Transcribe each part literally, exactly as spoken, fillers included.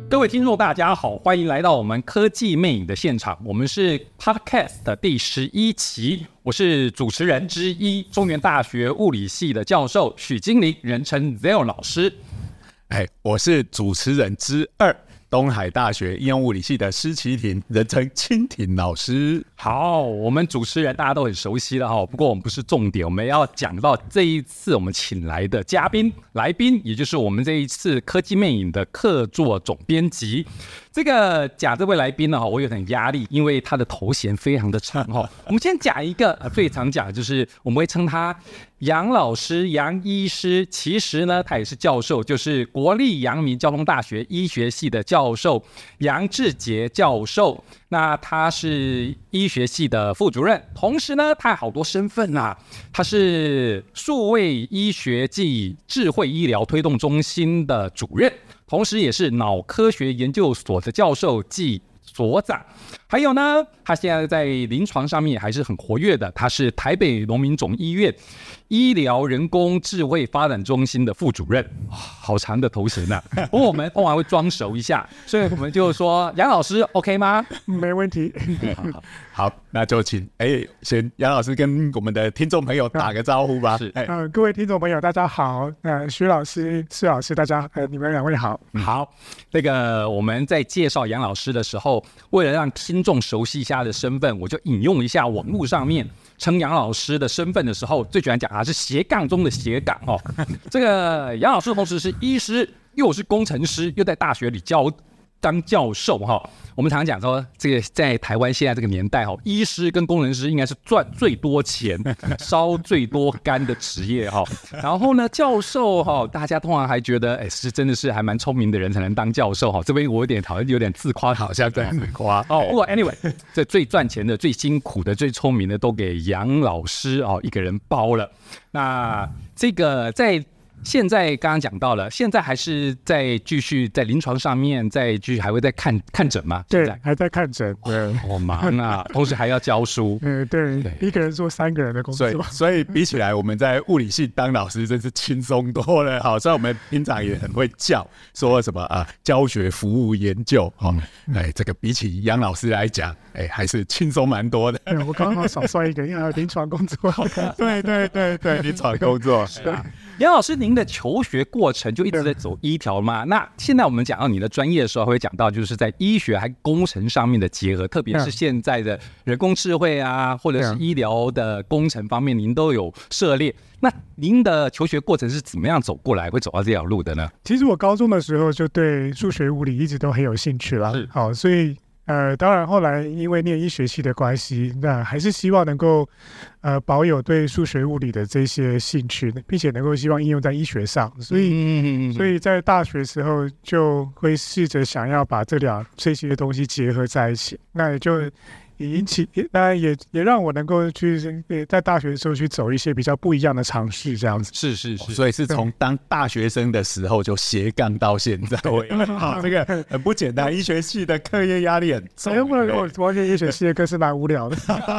各位听众大家好，欢迎来到我们科技魅影的现场，我们是 Podcast 的第十一期，我是主持人之一，中原大学物理系的教授许金玲，人称 Zell 老师。 哎，我是主持人之二，东海大学应用物理系的施奇廷，人称蜻蜓老师。 好，我们主持人大家都很熟悉了哈，不过我们不是重点，我们要讲到这一次我们请来的嘉宾来宾，也就是我们这一次科技魅影的客座总编辑。这个讲这位来宾呢，我有点压力，因为他的头衔非常的长哈。我们先讲一个最常讲的就是我们会称他杨老师、杨医师，其实呢他也是教授，就是国立阳明交通大学医学系的教授杨志杰教授。那他是医学系的副主任，同时呢他有好多身份啊，他是数位医学暨智慧医疗推动中心的主任，同时也是脑科学研究所的教授暨所长。还有呢，他现在在临床上面还是很活跃的，他是台北荣民总医院医疗人工智慧发展中心的副主任，好长的头衔啊！不过我们通常会装熟一下，所以我们就说杨老师 OK 吗？ 没问题。 好, 好，那就请哎，先杨老师跟我们的听众朋友打个招呼吧。 是， 呃，各位听众朋友，大家好。呃，徐老师、施老师，大家呃，你们两位好。 好，那个我们在介绍杨老师的时候，为了让听众熟悉一下的身份，我就引用一下网络上面称杨老师的身份的时候，最喜欢讲他是斜杠中的斜杠哦。这个杨老师同时是医师，又是工程师，又在大学里教当教授哈。我们常常讲说，这个在台湾现在这个年代哈，医师跟工程师应该是赚最多钱、烧最多肝的职业哈。然后呢，教授哈，大家通常还觉得，哎，是真的是还蛮聪明的人才能当教授哈。这边我有点好像有点自夸，好像在自夸哦。不过 anyway， 这最赚钱的、最辛苦的、最聪明的，都给杨老师哦一个人包了。那这个在现在刚刚讲到了，现在还是在继续在临床上面，再继续还会再看看诊吗？ 对，还在看诊。对， 好忙啊，同时还要教书。 嗯，对，对，一个人做三个人的工作。 所以，所以比起来，我们在物理系当老师真是轻松多了。好，所以我们平常也很会叫说什么啊，教学、服务、研究。好、哦，哎，这个比起杨老师来讲，哎，还是轻松蛮多的。 我刚好少算一个，因为临床工作。 对对对对，临床工作。 是啊，杨老师，您的求学过程就一直在走医疗吗？那现在我们讲到你的专业的时候，会讲到就是在医学还工程上面的结合，特别是现在的人工智慧啊，或者是医疗的工程方面，您都有涉猎。那您的求学过程是怎么样走过来，会走到这条路的呢？ 其实我高中的时候就对数学、物理一直都很有兴趣啦。好，所以呃，当然后来因为念医学系的关系，那还是希望能够呃保有对数学物理的这些兴趣，并且能够希望应用在医学上，所以、嗯、所以在大学时候就会试着想要把这两这些东西结合在一起，那也就也引起，当然也也让我能够去在大学的时候去走一些比较不一样的尝试，这样子。 是是是， 所以是从当大学生的时候就斜杠到现在。对，好，这个很不简单。医学系的课业压力很重。 哎，我我觉得医学系的课是蛮无聊的。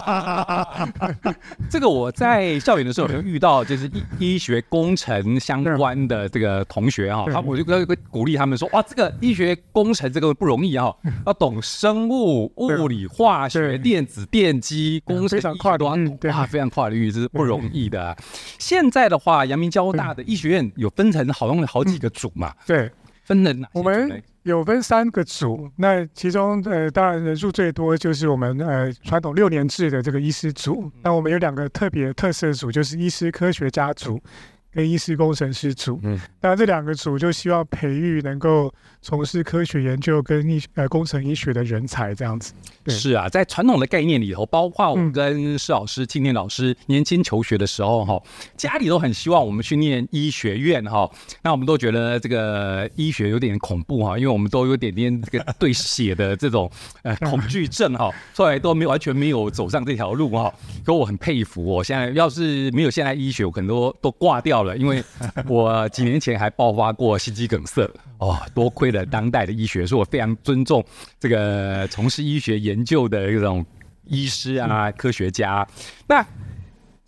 这个我在校园的时候有遇到，就是医医学工程相关的这个同学哈，他我就会鼓励他们说，哇，这个医学工程这个不容易哈，要懂生物、物理、化学。电子、电机、工程， 非常跨领域， 哇，非常跨领域，这是不容易的、啊。现在的话，阳明交大的医学院有分成好像好几个组嘛？ 嗯、对， 分了哪些组？ 我们有分三个组，那其中呃，当然人数最多就是我们呃传统六年制的这个医师组。那我们有两个特别特色组，就是医师科学家组跟医师工程师组。嗯，当然这两个组就希望培育能够从事科学研究跟医呃工程医学的人才，这样子。 是啊，在传统的概念里头，包括我跟施老师、青年老师年轻求学的时候哈，家里都很希望我们去念医学院哈。那我们都觉得这个医学有点恐怖哈，因为我们都有点点这个对血的这种呃恐惧症哈，所以都没有完全没有走上这条路哈。可我很佩服，我现在要是没有现在医学，我可能都都挂掉了，因为我几年前还爆发过心肌梗塞。哦，多亏了当代的医学，所以我非常尊重这个从事医学研究的这种医师啊、科学家。那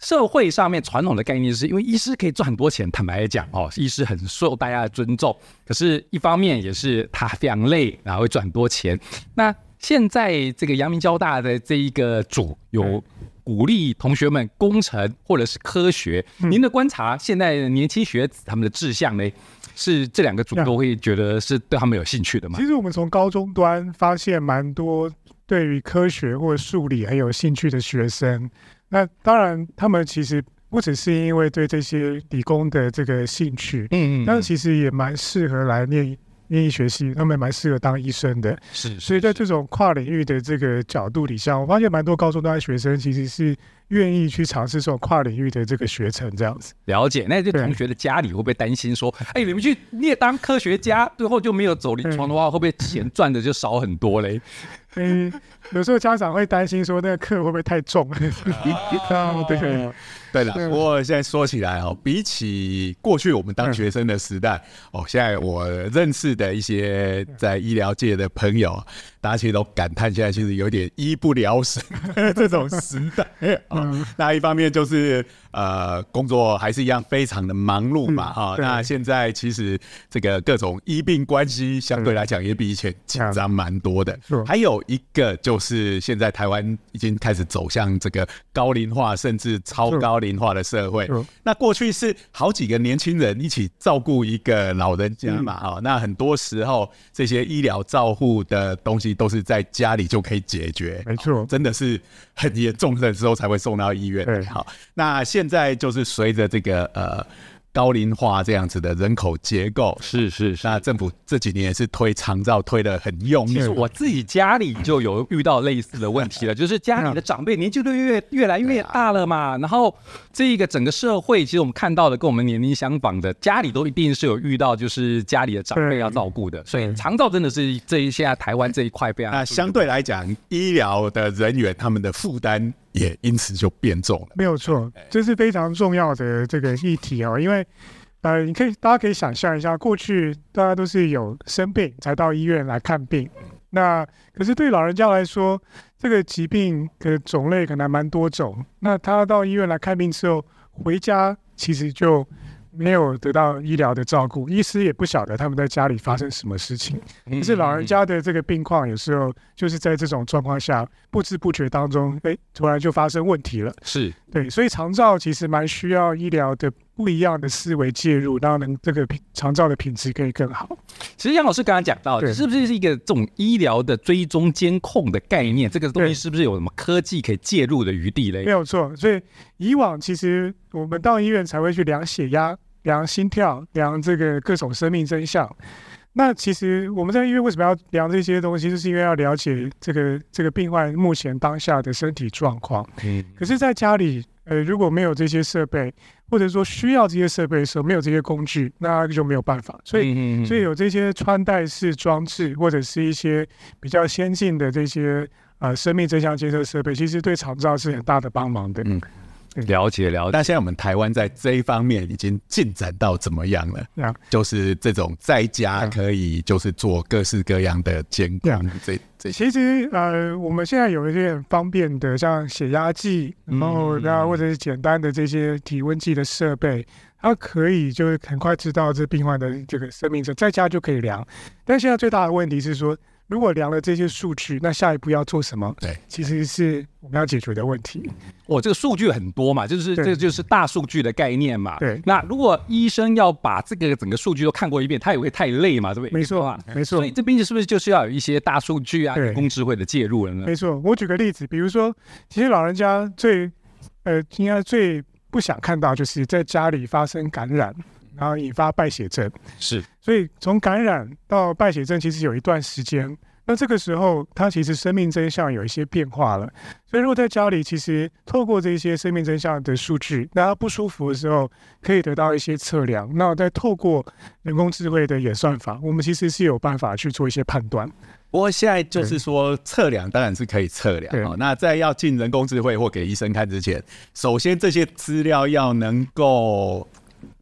社会上面传统的概念是因为医师可以赚很多钱，坦白来讲哦，医师很受大家的尊重，可是一方面也是他非常累，然后会赚很多钱。那现在这个阳明交大的这一个组有鼓励同学们工程或者是科学，嗯、您的观察，现在的年轻学子他们的志向呢，是这两个组都会觉得是对他们有兴趣的吗？ 其实我们从高中端发现蛮多对于科学或数理很有兴趣的学生。那当然，他们其实不只是因为对这些理工的这个兴趣，嗯嗯，但是其实也蛮适合来念念医学系，他们蛮适合当医生的。 是，是， 所以在这种跨领域的这个角度底下，我发现蛮多高中端学生其实是愿意去尝试这种跨领域的这个学程，这样子。 了解。那这同学的家里会不会担心说，哎，你们去念当科学家，最后就没有走临床的话，会不会钱赚的就少很多嘞？ 嗯，有时候家长会担心说那个课会不会太重？啊，对。 对了，不过现在说起来哦，比起过去我们当学生的时代，嗯、哦，现在我认识的一些在医疗界的朋友，大家其实都感叹现在其实有点医不疗生这种时代。哦嗯、那一方面就是呃，工作还是一样非常的忙碌嘛，哈、嗯哦。那现在其实这个各种医病关系相对来讲也比以前紧张蛮多的。嗯、还有一个就是现在台湾已经开始走向这个高龄化，甚至超高龄化的社会。那过去是好几个年轻人一起照顾一个老人家嘛，嗯、那很多时候这些医疗照护的东西都是在家里就可以解决， 没错， 真的是很严重的时候才会送到医院。对，好，那现在就是随着这个呃。高龄化这样子的人口结构， 是是是， 那政府这几年也是推长照推得很用力。 其实我自己家里就有遇到类似的问题了，就是家里的长辈年纪都越越来越大了嘛，然后这个整个社会，其实我们看到的跟我们年龄相仿的，家里都一定是有遇到，就是家里的长辈要照顾的，所以长照真的是这一现在台湾这一块非常。 那相对来讲，医疗的人员他们的负担也因此就变重了。 没有错，这是非常重要的这个议题哦，因为呃，你可以大家可以想象一下，过去大家都是有生病才到医院来看病，那可是对老人家来说，这个疾病的种类可能蛮多种，那他到医院来看病之后，回家其实就没有得到医疗的照顾，医师也不晓得他们在家里发生什么事情。可是老人家的这个病况，有时候就是在这种状况下，不知不觉当中，哎，突然就发生问题了。 是， 对，所以长照其实蛮需要医疗的不一样的思维介入，让能这个长照的品质可以更好。 其实杨老师刚刚讲到，是不是是一个这种医疗的追踪监控的概念？这个东西是不是有什么科技可以介入的余地嘞？ 没有错，所以以往其实我们到医院才会去量血压、量心跳、量这个各种生命真相。那其实我们在医院为什么要量这些东西，就是因为要了解这个这个病患目前当下的身体状况。嗯，可是在家里，呃，如果没有这些设备，或者说需要这些设备的时候没有这些工具，那就没有办法。所以，所以有这些穿戴式装置，或者是一些比较先进的这些呃生命真相监测设备，其实对长照是很大的帮忙的。嗯。 了解了解， 那现在我们台湾在这一方面已经进展到怎么样了？ Yeah. 就是这种在家可以就是做各式各样的监控。Yeah. 这这其实呃，我们现在有一些很方便的，像血压计，然后那或者是简单的这些体温计的设备，它可以就是很快知道这病患的这个生命值，在家就可以量。但现在最大的问题是说，如果量了这些数据，那下一步要做什么？对，其实是我们要解决的问题。 哦，这个数据很多嘛，就是这个就是大数据的概念嘛。 对， 那如果医生要把这个整个数据都看过一遍，他也会太累嘛，对不对？ 没错，没错。 所以这边是不是就是要有一些大数据啊、人工智慧的介入了呢？ 没错，我举个例子，比如说，其实老人家最呃应该最不想看到就是在家里发生感染，然后引发败血症。 是， 所以从感染到败血症其实有一段时间。那这个时候，他其实生命真相有一些变化了。所以，如果在家里，其实透过这些生命真相的数据，那他不舒服的时候，可以得到一些测量。那再透过人工智慧的演算法，我们其实是有办法去做一些判断。 不过现在就是说，测量当然是可以测量、哦、那在要进人工智慧或给医生看之前，首先这些资料要能够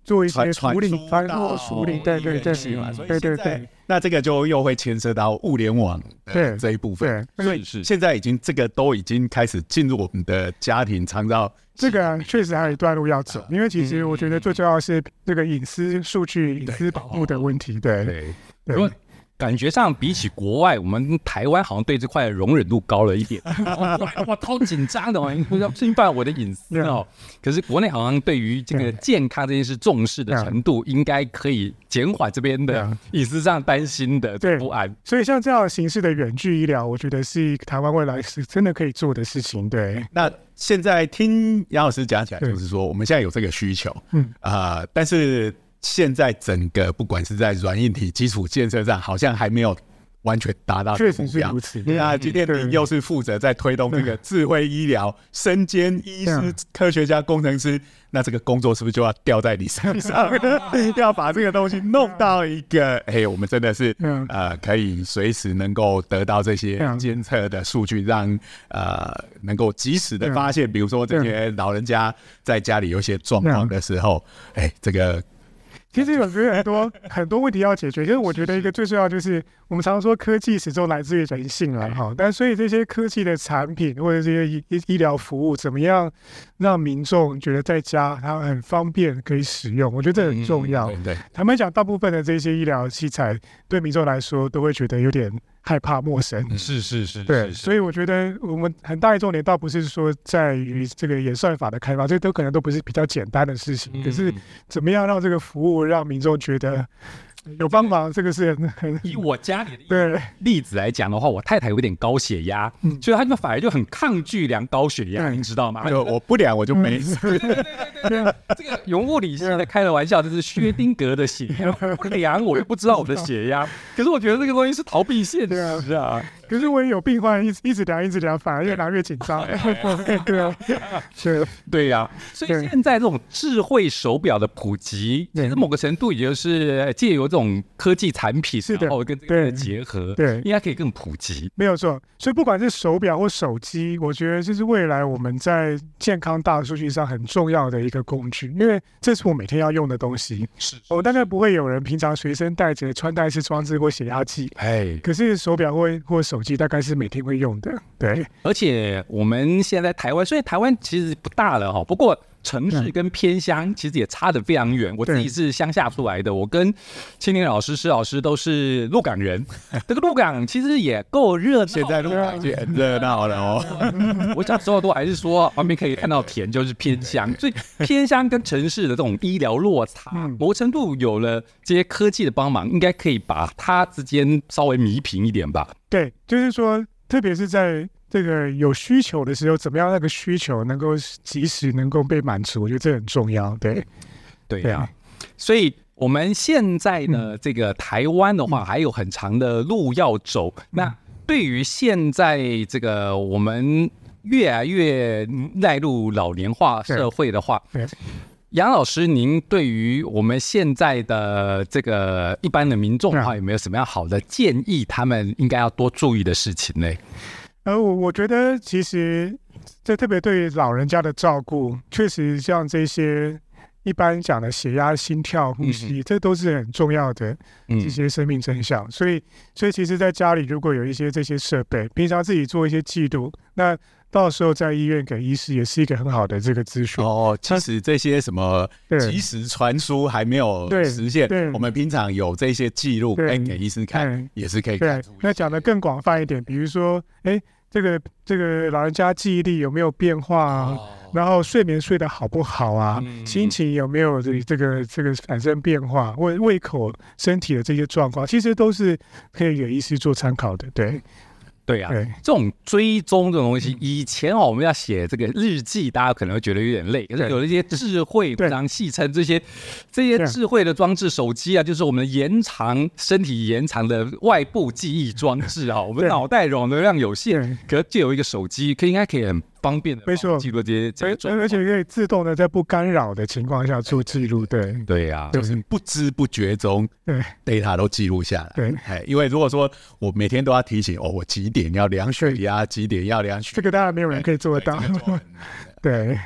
做一些处理、传播、处理，对对对，对对对。 那这个就又会牵涉到物联网的这一部分，所以现在已经这个都已经开始进入我们的家庭长照。 这个确实还有一段路要走，因为其实我觉得最重要的是这个隐私数据、隐私保护的问题。对对对。感觉上比起国外，我们台湾好像对这块的容忍度高了一点。哇，超紧张的哦，不要侵犯我的隐私哦。可是国内好像对于这个健康这件事重视的程度，应该可以减缓这边的隐私上担心的不安。 所以像这样形式的远距医疗，我觉得是台湾未来是真的可以做的事情。对， 那现在听杨老师讲起来，就是说我们现在有这个需求，嗯啊、呃，但是。现在整个不管是在软硬体基础建设上，好像还没有完全达到确实是如此。 那今天你又是负责在推动这个智慧医疗、身兼医师、科学家、工程师，那这个工作是不是就要掉在你身上？要把这个东西弄到一个，哎，我们真的是呃，可以随时能够得到这些监测的数据，让呃能够及时的发现，比如说这些老人家在家里有一些状况的时候，哎，这个。 其实我觉得很多很多问题要解决，其实我觉得一个最重要就是我们常常说科技始终来自于人性了哈，但所以这些科技的产品或者这些医医疗服务怎么样让民众觉得在家它很方便可以使用，我觉得这很重要。 嗯、对, 对， 坦白讲，大部分的这些医疗器材对民众来说都会觉得有点害怕陌生， 是是是， 对， 是是所以我觉得我们很大一重点倒不是说在于这个演算法的开发，这都可能都不是比较简单的事情，嗯、可是怎么样让这个服务让民众觉得有帮忙，这个是很很以我家里的例子来讲的话，我太太有点高血压，嗯、所以她就反而就很抗拒量高血压，你知道吗？ 我不量我就没事。 对对对对对，这个用物理现在开了玩笑，这是薛丁格的血压，不量我就不知道我的血压。可是我觉得这个东西是逃避现实啊。 可是我也有病患一直一直量一直量，反而越量越紧张。对啊，是， 对呀、啊。所以现在这种智慧手表的普及，其实某个程度也就是借由这种科技产品，然后跟这个结合， 对， 应该可以更普及。 没有错。所以不管是手表或手机，我觉得这是未来我们在健康大数据上很重要的一个工具，因为这是我每天要用的东西。 是， 我、哦、大概不会有人平常随身带着穿戴式装置或血压计，哎，可是手表或或手机大概是每天会用的。对， 而且我们现在台湾，所以台湾其实不大了哈，不过城市跟偏乡其实也差得非常远。我自己是乡下出来的，我跟青年老师、施老师都是鹿港人。这个鹿港其实也够热闹， 现在鹿港已经很热闹了哦。 我小时候都还是说旁边可以看到田就是偏乡，所以偏乡跟城市的这种医疗落差，某程度有了这些科技的帮忙，应该可以把它之间稍微弥平一点吧。 对，就是说，特别是在这个有需求的时候，怎么样那个需求能够及时能够被满足，我觉得这很重要。对， 对啊，所以我们现在呢，这个台湾的话，还有很长的路要走。嗯、那对于现在这个我们越来越迈入老年化社会的话，对。对杨老师，您对于我们现在的这个一般的民众的话，有没有什么样好的建议？他们应该要多注意的事情呢？ 呃，我我觉得其实这特别对于老人家的照顾，确实像这些一般讲的血压、心跳、呼吸，嗯、这都是很重要的这些生命真相。嗯、所以，所以其实在家里如果有一些这些设备，平常自己做一些记录，那到时候在医院给医师也是一个很好的这个资讯哦。其实这些什么即时传输还没有实现，我们平常有这些记录，哎，给医师看也是可以看出。 那讲得更广泛一点，比如说，哎，这个这个老人家记忆力有没有变化啊？哦、然后睡眠睡得好不好啊？嗯、心情有没有这个这个产生变化？或胃口、身体的这些状况，其实都是可以给医师做参考的。对。 对啊，这种追踪这种东西，以前哦我们要写这个日记，大家可能会觉得有点累。可是有一些智慧，非常戏称这些这些智慧的装置，手机啊，就是我们延长身体延长的外部记忆装置啊。我们脑袋容量有限，可是就有一个手机，可应该可以很方便的记录这些这些， 而且可以自动的在不干扰的情况下做记录。对对呀、啊， 就是不知不觉中，对 data 都记录下来。 对， 因为如果说我每天都要提醒哦，我几点要量血压，几点要量血压， 这个当然没有人可以做得到。对。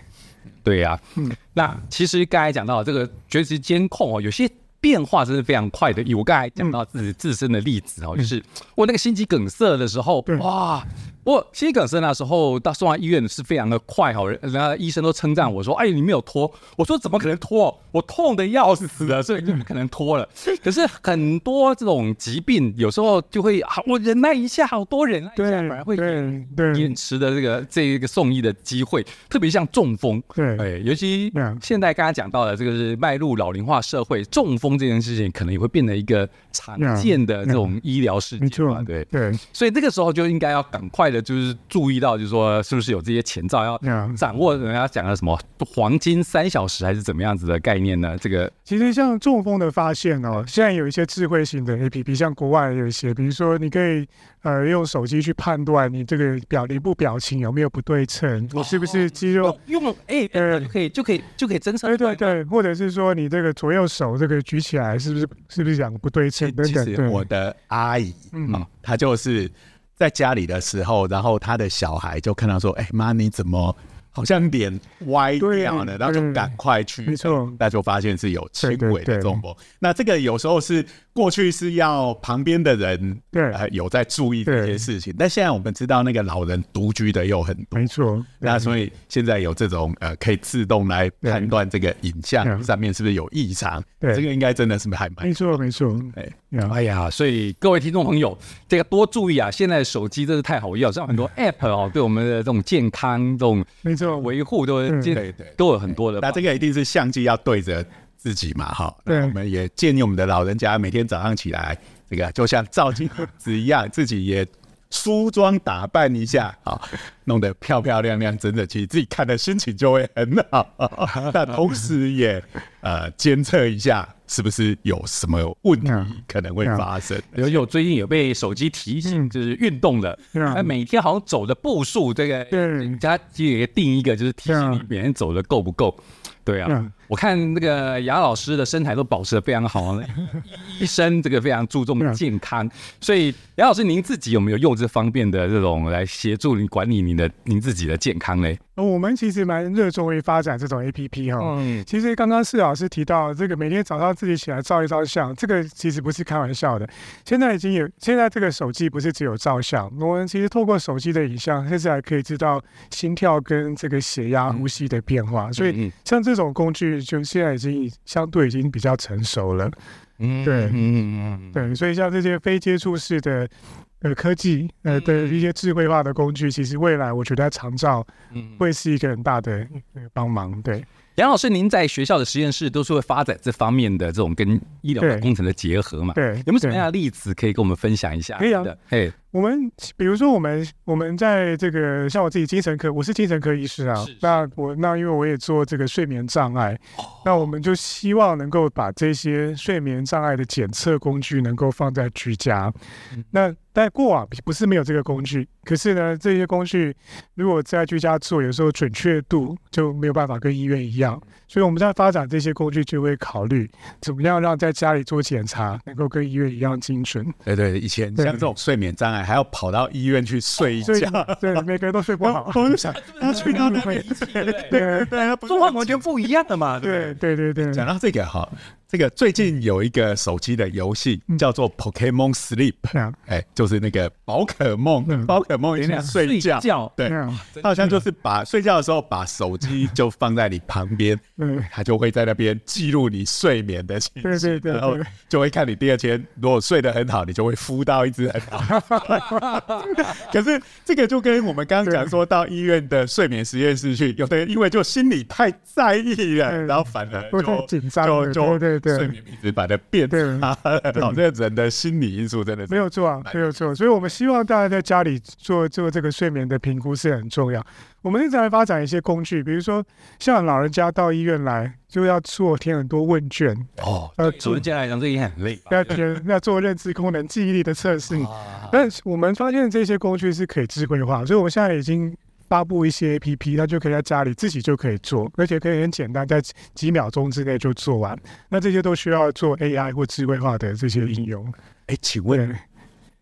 对呀、啊， 嗯， 那其实刚才讲到这个绝食监控哦，有些变化真是非常快的。以我刚才讲到自己自身的例子哦，嗯、就是我那个心肌梗塞的时候，哇，我心肌梗塞那时候到送到医院是非常的快哈，人家医生都称赞我说：“哎，你没有拖。”我说：“怎么可能拖？我痛的要死了，所以就不可能拖了。”可是很多这种疾病，有时候就会啊，我忍耐一下，好多忍耐一下，反而会延迟的这个这一个送医的机会，特别像中风， 对， 哎，尤其现在刚才讲到的这个是迈入老龄化社会，中风这件事情可能也会变成一个常见的这种医疗事件， 没错， 对对， 所以这个时候就应该要赶快的，就是注意到，就是说是不是有这些前兆，要掌握人家讲的什么黄金三小时还是怎么样子的概念呢？这个其实像中风的发现哦，现在有一些智慧型的 A P P， 像国外有一些，比如说你可以呃用手机去判断你这个表脸部表情有没有不对称，你是不是肌肉用哎呃就可以就可以就可以侦测， 对对对，或者是说你这个左右手这个举起来是不是是不是讲不对称等等。 其实我的阿姨，嗯，哦、她就是在家里的时候，然后她的小孩就看到说：“哎、欸、妈，你怎么好像脸歪掉了？”然后就赶快去， 没错， 那就发现是有轻微的中风。那这个有时候是过去是要旁边的人对、呃、有在注意这些事情，但现在我们知道那个老人独居的又很多， 没错。 那所以现在有这种呃可以自动来判断这个影像上面是不是有异常，对，这个应该真的是还蛮没错没错。 哎哎呀，所以各位听众朋友，这个多注意啊！现在的手机真是太好用，像很多 App 哦，对我们的这种健康这种没错维护都对对都有很多的。 那这个一定是相机要对着自己嘛，哈。对，我们也建议我们的老人家每天早上起来，这个就像照镜子一样，自己也梳妆打扮一下，好，弄得漂漂亮亮、整整齐，自己看的心情就会很好。那同时也呃监测一下，是不是有什么问题可能会发生？ 有有最近有被手机提醒，就是运动的，那每天好像走的步数，这个人家就也定一个，就是提醒你每天走的够不够。对啊，嗯、我看那个杨老师的身材都保持得非常好，医生这个非常注重健康，所以杨老师您自己有没有用这方面的这种来协助你管理您的您自己的健康呢？ 我们其实蛮热衷于发展这种 A P P 哈。嗯，其实刚刚施老师提到这个每天早上自己起来照一照相，这个其实不是开玩笑的。现在已经有，现在这个手机不是只有照相，我们其实透过手机的影像，甚至还可以知道心跳跟这个血压、呼吸的变化。所以像这种工具，就现在已经相对已经比较成熟了。嗯，对，嗯嗯对，所以像这些非接触式的。呃，科技呃的一些智慧化的工具，其实未来我觉得长照会是一个很大的帮忙。对， 杨老师，您在学校的实验室都是会发展这方面的这种跟医疗工程的结合嘛？对，有没有什么样的例子可以跟我们分享一下？ 可以啊，嘿。我们比如说，我们我们在这个像我自己精神科，我是精神科医师啊。那我那因为我也做这个睡眠障碍，哦、那我们就希望能够把这些睡眠障碍的检测工具能够放在居家。嗯、那但过往不是没有这个工具，可是呢，这些工具如果在居家做，有时候准确度就没有办法跟医院一样。所以我们在发展这些工具，就会考虑怎么样让在家里做检查能够跟医院一样精准。 对对，以前像这种睡眠障碍，还要跑到医院去睡一觉， 对，每个人都睡不好。 我就想，他去到那边，对对， 状况完全不一样的嘛。 对对对对。 讲到这个哈。这个最近有一个手机的游戏叫做 Pokémon Sleep， 哎、欸，就是那个宝可梦，嗯、宝可梦一起睡觉，对，嗯、它好像就是把睡觉的时候把手机就放在你旁边，嗯、它就会在那边记录你睡眠的情形，对对对，然后就会看你第二天如果睡得很好，你就会孵到一只很好。可是这个就跟我们刚刚讲说到医院的睡眠实验室去，有的人因为就心里太在意了，然后反而就紧张， 就就对对。 睡眠品质把它变差了，好，这个人的心理因素真的是没有错啊，没有错。所以我们希望大家在家里做做这个睡眠的评估是很重要。我们一直在发展一些工具，比如说像老人家到医院来就要做填很多问卷哦，呃，老人家来讲这也很累， 要填要做认知功能、记忆力的测试。但我们发现这些工具是可以智慧化，所以我们现在已经发布一些 A P P， 它就可以在家里自己就可以做，而且可以很简单，在几秒钟之内就做完。那这些都需要做 A I 或智慧化的这些应用。 哎，请问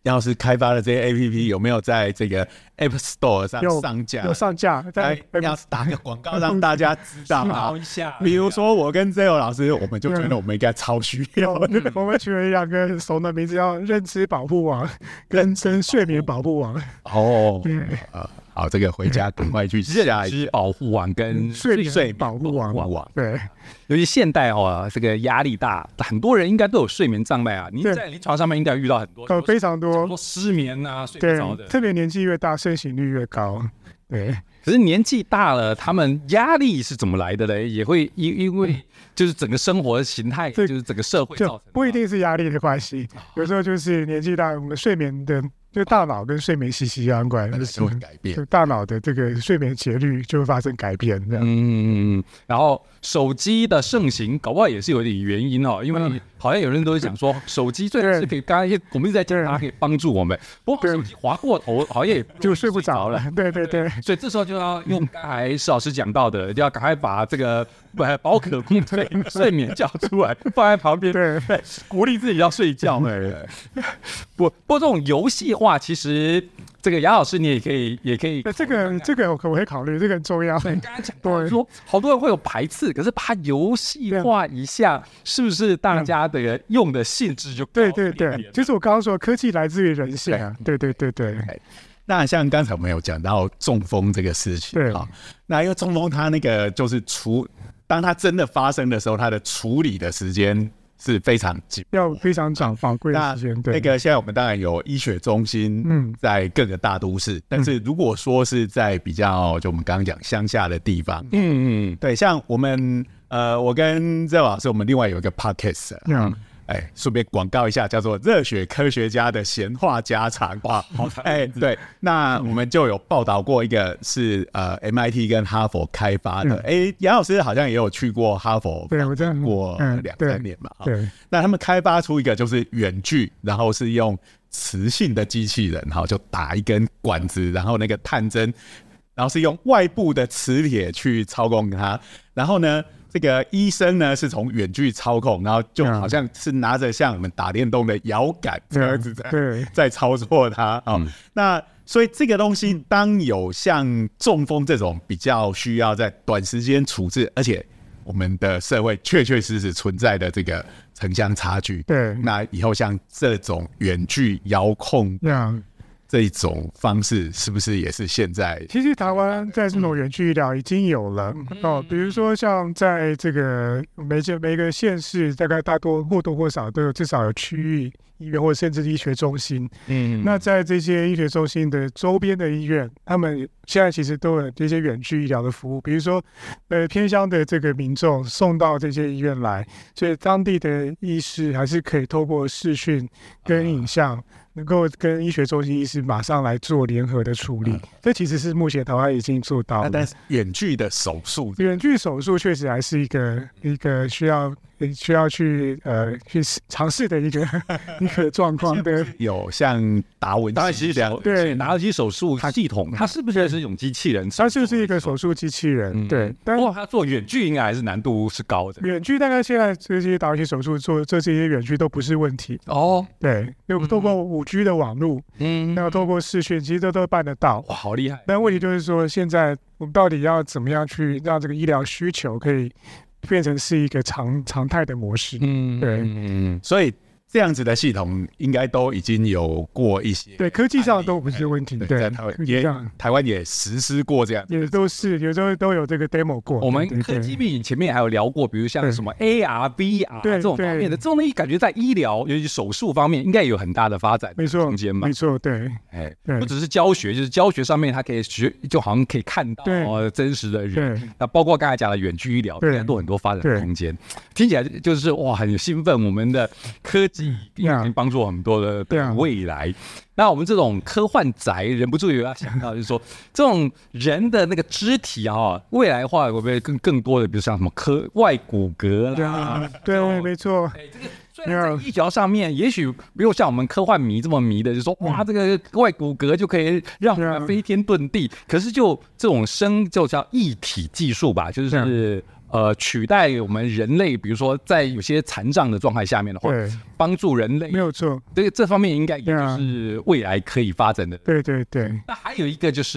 杨老师开发的这些 A P P 有没有在这个 App Store 上有上架？ 有上架，在要打个广告让大家知道啊一下。 比如说我跟 Zeo 老师，我们就觉得我们应该超需要。 我们取了两个熟的名字，叫认知保护网跟跟睡眠保护网。 哦，呃，好，这个回家赶快去下一认知保护网跟睡睡眠保护网。 网对， 尤其现代哦，这个压力大，很多人应该都有睡眠障碍啊。您在临床上面应该有遇到很多， 呃，非常多， 多失眠啊，睡不着的。 特别年纪越大，盛行率越高。对， 可是年纪大了，他们压力是怎么来的呢？也会因因为就是整个生活的形态，就是整个社会造成的， 不一定是压力的关系，有时候就是年纪大，我们睡眠的。就大脑跟睡眠息息相关， 就会改变。 就大脑的这个睡眠节律就会发生改变，这样。 嗯嗯。然后手机的盛行，搞不好也是有点原因哦，因为好像有人都讲说，手机最好是可以，刚才我们一直在讲，它可以帮助我们。不过手机滑过头，好像也就睡不着了。对对对。 所以这时候就要用刚才施老师讲到的，就要赶快把这个宝可梦睡睡眠叫出来，放在旁边， 对， 鼓励自己要睡觉。不不过这种游戏化，其实这个杨老师你也可以也可以， 这个这个我可不可以考虑？这个很重要。 对，刚才讲到说，好多人会有排斥，可是把它游戏化一下，是不是大家的用的性质就对对对？就是我刚刚说，科技来自于人性啊。对对对对。 那像刚才我们有讲到中风这个事情， 对啊，那因为中风它那个就是处，当它真的发生的时候，它的处理的时间是非常紧， 要非常长宝贵的时间。对， 那个现在我们当然有医学中心，嗯，在各个大都市，嗯、但是如果说是在比较就我们刚刚讲乡下的地方，嗯嗯，对，像我们呃，我跟郑老师，我们另外有一个 podcast， 嗯。哎，顺便广告一下，叫做《热血科学家的闲话家常》哇，哎，对，那我们就有报道过一个是呃 M I T 跟哈佛开发的，哎、嗯，杨老师好像也有去过哈佛， 对我这样过两三年嘛， 对，对， 那他们开发出一个就是远距，然后是用磁性的机器人，哈，就打一根管子，然后那个探针，然后是用外部的磁铁去操控它，然后呢。这个医生呢是从远距操控，然后就好像是拿着像我们打电动的摇杆这样子在在操作它啊、嗯哦。那所以这个东西，当有像中风这种比较需要在短时间处置，而且我们的社会确确实实存在的这个城乡差距， 对， 那以后像这种远距遥控，嗯。这种方式是不是也是现在？ 其实台湾在这种远距医疗已经有了哦，比如说像在这个每每个县市，大概大多或多或少都有至少有区域医院或甚至医学中心。嗯，那在这些医学中心的周边的医院，他们现在其实都有这些远距医疗的服务，比如说呃偏乡的这个民众送到这些医院来，所以当地的医师还是可以透过视讯跟影像。能够跟医学中心医师马上来做联合的处理，嗯、这其实是目前台湾已经做到了。 但是远距的手术， 远距手术确实还是一个一个需要需要去呃去尝试的一个一个状况。对， 有像达文西这样， 对，达文西手术系统，它是不是是一种机器人？ 它就是一个手术机器人，嗯、对。 不过它做远距应该还是难度是高的。 远距大概现在这些达文西手术做做这些远距都不是问题哦。 对，因为透过五 G 的网络，嗯，那透过视讯，其实都都办得到。 哇，好厉害！ 但问题就是说，现在我们到底要怎么样去让这个医疗需求可以变成是一个常常态的模式？嗯，对， 嗯，所以。这样子的系统应该都已经有过一些， 对，科技上都不是问题。对， 在台湾也台湾也实施过这样， 也都是有时候都有这个 demo 过。 我们科技面前面还有聊过，比如像什么 A R、V R 这种方面的，这种东西感觉在医疗，尤其手术方面，应该有很大的发展空间嘛。 没错，对， 哎，不只是教学，就是教学上面它可以学，就好像可以看到哦真实的人。那包括刚才讲的远距医疗，应该都很多发展空间。听起来就是哇，很兴奋，我们的科技。已经帮助很多的未来。啊、那我们这种科幻宅忍不住有要想到，就是说这种人的那个肢体啊，未来的话会不会更更多的，比如像什么科外骨骼啦？ 对，对，没错。 哎，这个虽然在医疗上面，也许没有像我们科幻迷这么迷的，就是说哇，这个外骨骼就可以让我们飞天遁地。可是就这种生就叫异体技术吧，就是。 呃取代我们人类，比如说在有些残障的状态下面的话，帮助人类， 没有错， 这这方面应该也就是未来可以发展的。 对对对。 那还有一个就是，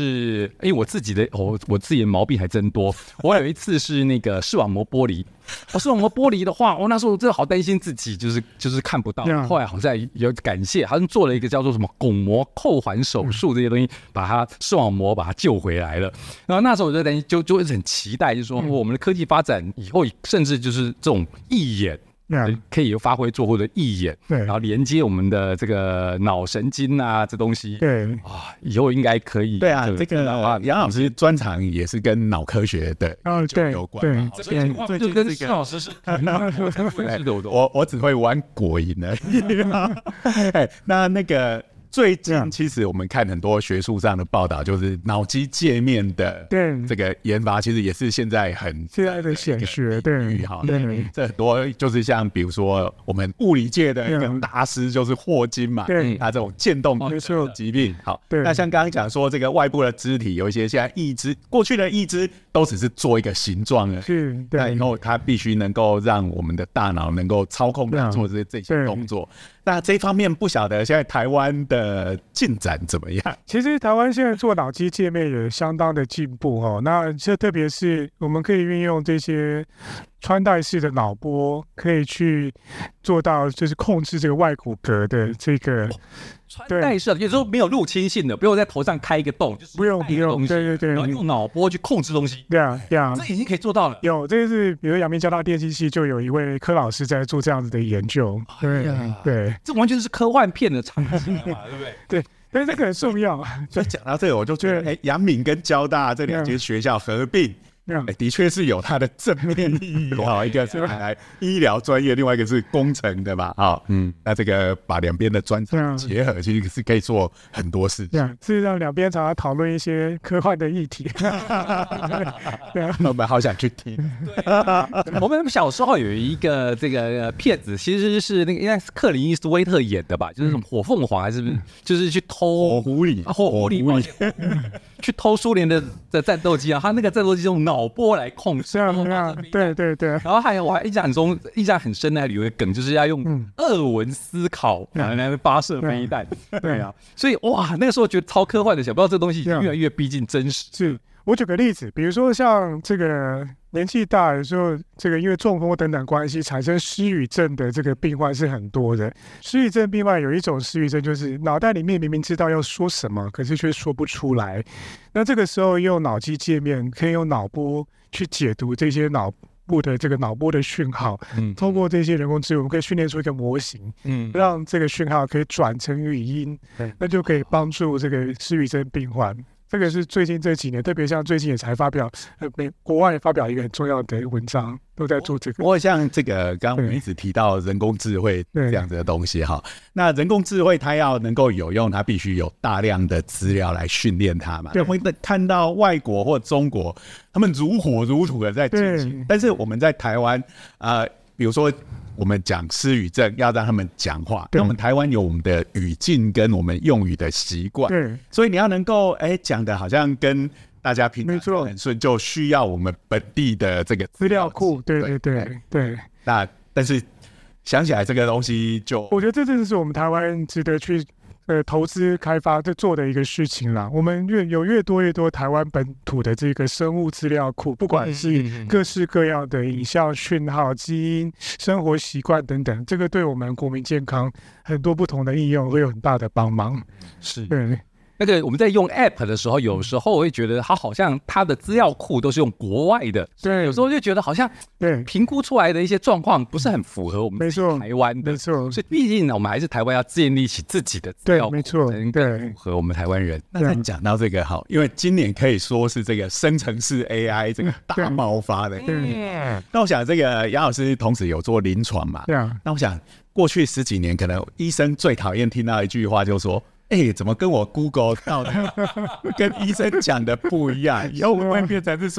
因为我自己的我我自己的毛病还真多。我有一次是那个视网膜剥离，我、哦、视网膜剥离的话，我、哦、那时候真的好担心自己就是就是看不到。后来好像有感谢，好像做了一个叫做什么巩膜扣环手术这些东西，把它视网膜把它救回来了。然后那时候我就担心，就就很期待，就是说、哦、我们的科技发展以后，甚至就是这种义眼。Yeah. 可以有发挥作用的义眼，然后连接我们的这个脑神经啊，这东西， 对啊，以后应该可以。 对啊，这个杨老师专长也是跟脑科学的有关嘛。 对对对，就跟施老师是， 我我只会玩果蝇而已。那那个。最近其实我们看很多学术上的报道，就是脑机界面的这个研发，其实也是现在很现在的显学，对哈，对，这很多就是像比如说我们物理界的一个大师就是霍金嘛， 对， 他这种渐冻疾病，好，那像刚刚讲说这个外部的肢体有一些现在义肢，过去的义肢都只是做一个形状的， 是， 那以后它必须能够让我们的大脑能够操控做这这些动作。那这方面不晓得现在台湾的进展怎么样？ 其实台湾现在做脑机界面也相当的进步哦。那这特别是我们可以运用这些穿戴式的脑波，可以去做到就是控制这个外骨骼的这个。 穿戴式的，有时候没有入侵性的，不用在头上开一个洞，就是不用不用，对对对， 然后用脑波去控制东西。 对啊对啊， 这已经可以做到了。 有这个是，比如阳明交大电机系就有一位柯老师在做这样子的研究。对、哎、对， 这完全是科幻片的场景嘛，对不对？ 对。所以这个很重要。 所以讲到这个，我就觉得，哎，阳明跟交大这两间学校合并。欸、的确是有它的正面意义，好，一个是来医疗专业，另外一个是工程的吧，啊，嗯，那这个把两边的专长结合，其实是可以做很多事情。 事实上，两边常常讨论一些科幻的议题， 对啊，我们好想去听。 我们小时候有一个这个片子，其实是那个应该是克林伊斯威特演的吧，就是什么火凤凰还是不是？就是去偷火狐狸， 火狐狸去偷苏联的的战斗机啊，他那个战斗机用脑波来控制， 啊啊，对对对。 然后还有我还印象中印象很深的有一个梗，就是要用俄文思考来发射飞弹，对啊，所以哇，那个时候觉得超科幻的，想不到这东西越来越逼近真实。 是我举个例子，比如说像这个年纪大的时候，这个因为中风等等关系产生失语症的这个病患是很多的。失语症病患有一种失语症，就是脑袋里面明明知道要说什么，可是却说不出来。那这个时候用脑机界面，可以用脑波去解读这些脑部的这个脑波的讯号，嗯，通过这些人工智能，我们可以训练出一个模型，嗯，让这个讯号可以转成语音，嗯，那就可以帮助这个失语症病患。这个是最近这几年，特别像最近也才发表，呃，美国外也发表一个很重要的文章，都在做这个。 不过像这个，刚刚我们一直提到人工智慧这样子的东西哈，那人工智慧它要能够有用，它必须有大量的资料来训练它嘛。我们看到外国或中国，他们如火如荼的在进行，但是我们在台湾，呃，比如说。我们讲失语症要让他们讲话，那我们台湾有我们的语境跟我们用语的习惯， 对， 所以你要能够哎讲的好像跟大家平常很顺，就需要我们本地的这个资料库，对对对对。 那但是想起来这个东西就， 我觉得这正是我们台湾值得去。呃，投资开发在做的一个事情啦。我们越有越多越多台湾本土的这个生物资料库，不管是各式各样的影像讯号、基因、生活习惯等等，这个对我们国民健康很多不同的应用会有很大的帮忙。 是， 对。 那个我们在用 App 的时候，有时候我会觉得它好像它的资料库都是用国外的， 对， 有时候就觉得好像对评估出来的一些状况不是很符合我们台湾的， 没错。 所以毕竟我们还是台湾要建立起自己的资料库， 没错， 才能更符合我们台湾人。 那再讲到这个好，因为今年可以说是这个生成式 A I 这个大爆发的， 对。 那我想这个杨老师同时有做临床嘛， 对啊。 那我想过去十几年，可能医生最讨厌听到一句话，就是说。哎、欸，怎么跟我 Google 到的跟医生讲的不一样？以后会不会变成是说，哎、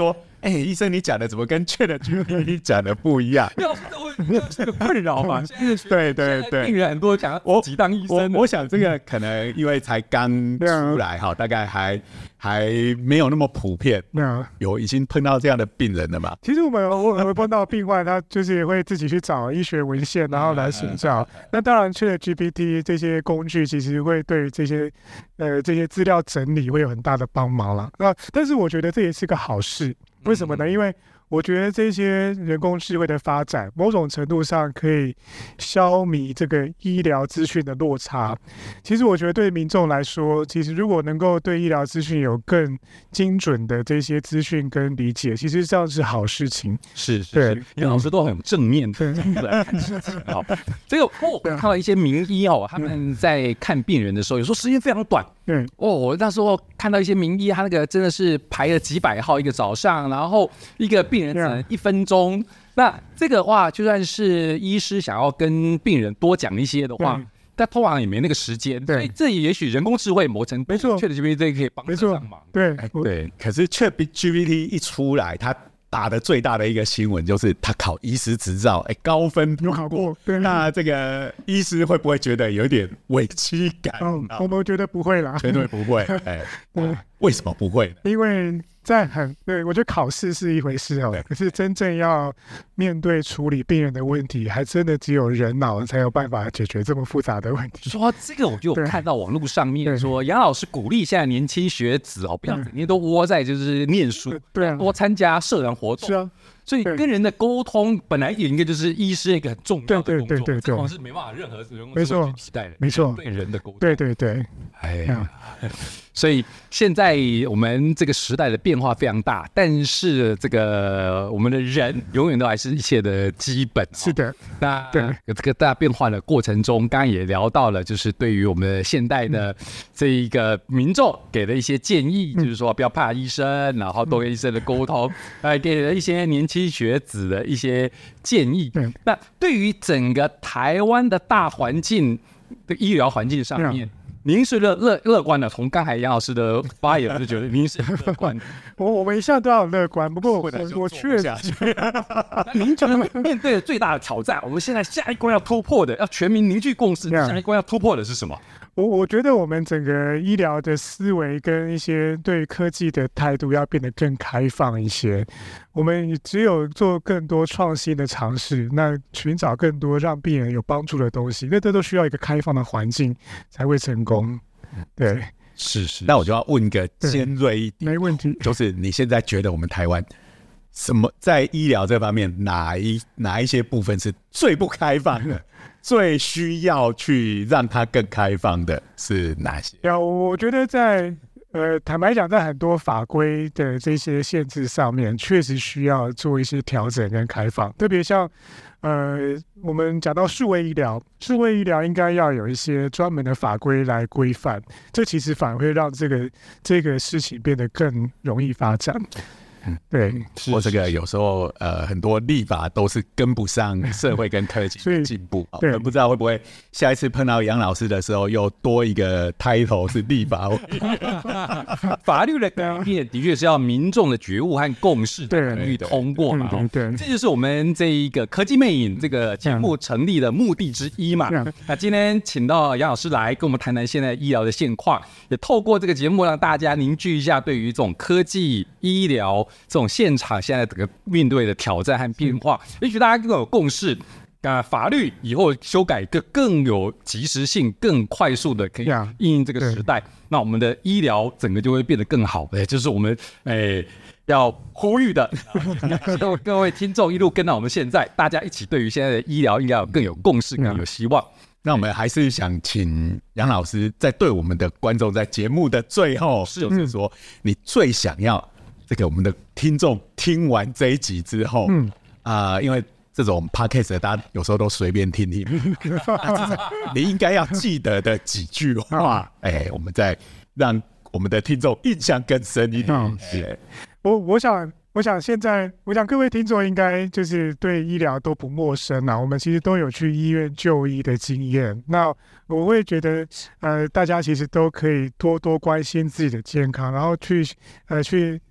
哎、欸，医生你讲的怎么跟 ChatGPT 讲的不一样？ 要这个困扰嘛？ 对对对， 病人很多讲我自己当医生我，我想这个可能因为才刚出来哈，大概还还没有那么普遍。有已经碰到这样的病人了嘛？ 其实我们偶尔会碰到病患，他就是会自己去找医学文献，然后来寻找。那当然 ChatGPT 这些工具其实会对这些呃这些资料整理会有很大的帮忙啦。那但是我觉得这也是个好事，为什么呢？因为我觉得这些人工智慧的发展，某种程度上可以消弭这个医疗资讯的落差。其实我觉得对民众来说，其实如果能够对医疗资讯有更精准的这些资讯跟理解，其实这样是好事情。 是是是，因为老师都很正面的来看事情。好，这个我看到一些名医哦，他们在看病人的时候，有时候时间非常短。 对哦，我那时候看到一些名医，他那个真的是排了几百号一个早上，然后一个病人只能一分钟。那这个话，就算是医师想要跟病人多讲一些的话，但通常也没那个时间。所以这也许人工智慧某程度， 没错 ，ChatGPT 可以帮得上忙。 对对，可是 ChatGPT 一出来，它打的最大的一个新闻就是他考医师执照，哎、欸，高分有考过。对， 那这个医师会不会觉得有点委屈感？ 嗯，我们觉得不会啦， 绝对不会。哎、欸，为什么不会呢？ 因为在很对我觉得考试是一回事哦，可是真正要面对处理病人的问题，还真的只有人脑才有办法解决这么复杂的问题。 说这个，我就有看到网络上面说，杨老师鼓励现在年轻学子哦，不要整天都窝在就是念书， 对啊， 多参加社团活动。 是啊。 所以跟人的沟通本来也应该就是医师一个很重要的工作， 对对对对对， 这种是没办法任何人工智慧去替代的， 没错， 对人的沟通， 对对对， 哎呀，所以现在我们这个时代的变化非常大，但是这个我们的人永远都还是一切的基本。 是的， 那对这个大变化的过程中，刚刚也聊到了，就是对于我们现代的这一个民众给的一些建议，嗯、就是说不要怕医生，然后多跟医生的沟通，呃，给了一些年轻学子的一些建议。 嗯、 那对于整个台湾的大环境的医疗环境上面。嗯您是乐乐乐观的，从刚才杨老师的发言，我就觉得您是乐观的。 我我们一向都要乐观，不过我我确实， 您觉得面对的最大的挑战，我们现在下一关要突破的，要全民凝聚共识，下一关要突破的是什么？ 我我觉得我们整个医疗的思维跟一些对科技的态度要变得更开放一些。我们只有做更多创新的尝试，那寻找更多让病人有帮助的东西，那这都需要一个开放的环境才会成功。对， 是是。那我就要问一个尖锐一点， 没问题， 就是你现在觉得我们台湾什么在医疗这方面哪一哪一些部分是最不开放的？最需要去让它更开放的是哪些？ 呀，我觉得在呃，坦白讲，在很多法规的这些限制上面，确实需要做一些调整跟开放。特别像呃，我们讲到数位医疗，数位医疗应该要有一些专门的法规来规范，这其实反而会让这个这个事情变得更容易发展。对， 或这个有时候呃很多立法都是跟不上社会跟科技的进步，对、哦，不知道会不会下一次碰到杨老师的时候又多一个 title 是立法法律的改变的确是要民众的觉悟和共识才能通过嘛， 对， 对， 对， 这就是我们这一个科技魅影这个节目成立的目的之一嘛。那今天请到杨老师来跟我们谈谈现在医疗的现况，也透过这个节目让大家凝聚一下对于这种科技医疗这种现场现在整个面对的挑战和变化，也许大家更有共识。啊，法律以后修改更更有及时性，更快速的可以因应这个时代，那我们的医疗整个就会变得更好。哎，这是我们哎要呼吁的。各位听众一路跟到我们现在，大家一起对于现在的医疗应该有更有共识，更有希望。 那我们还是想请杨老师在对我们的观众在节目的最后，就是说你最想要这个我们的听众听完这一集之后，嗯啊、呃，因为这种 podcast 大家有时候都随便听听，你应该要记得的几句话，哎，我们再让我们的听众印象更深一点。嗯哎、我我想。我想现在，我想各位听众应该就是对医疗都不陌生啊。我们其实都有去医院就医的经验。那我会觉得，呃，大家其实都可以多多关心自己的健康，然后去呃去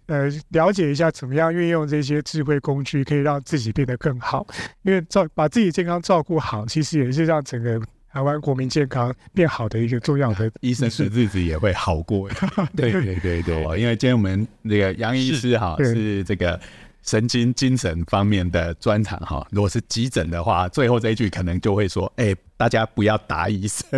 呃了解一下怎么样运用这些智慧工具，可以让自己变得更好。因为照把自己健康照顾好，其实也是让整个台湾国民健康变好的一个重要的， 医生的日子也会好过。对对对对，因为今天我们那个杨医师哈 是, 是这个神经精神方面的专长哈。如果是急诊的话，最后这一句可能就会说：“哎、欸，大家不要打医生。”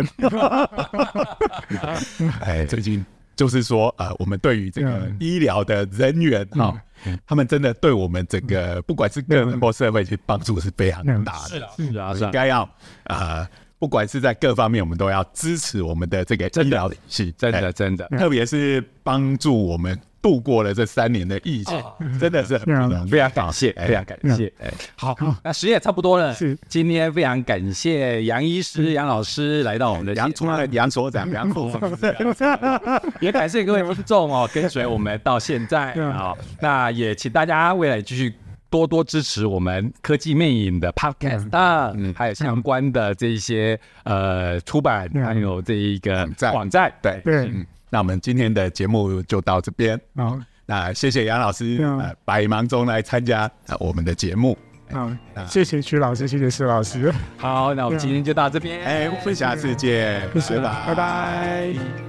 哎，最近就是说呃，我们对于这个医疗的人员哈。嗯他们真的对我们整个不管是个人或社会，其实帮助是非常大的。 是啊，是啊，是啊， 应该要呃，不管是在各方面，我们都要支持我们的这个医疗体系， 真的真的， 特别是帮助我们度过了这三年的疫情，真的是很非常感谢，非常感谢。好，那时间也差不多了，是今天非常感谢杨医师、杨老师来到我们的杨除了杨所长、杨副总， 也感谢各位听众哦，跟随我们到现在啊。那也请大家未来继续多多支持我们科技魅影的 podcast， 嗯，还有相关的这一些呃出版，还有这一个网站， 对对。嗯，那我们今天的节目就到这边。好，那谢谢杨老师，呃，百忙中来参加、呃、我们的节目。 好，谢谢曲老师，谢谢施老师。 好，那我们今天就到这边， 哎，我们下次见， 拜拜，拜拜。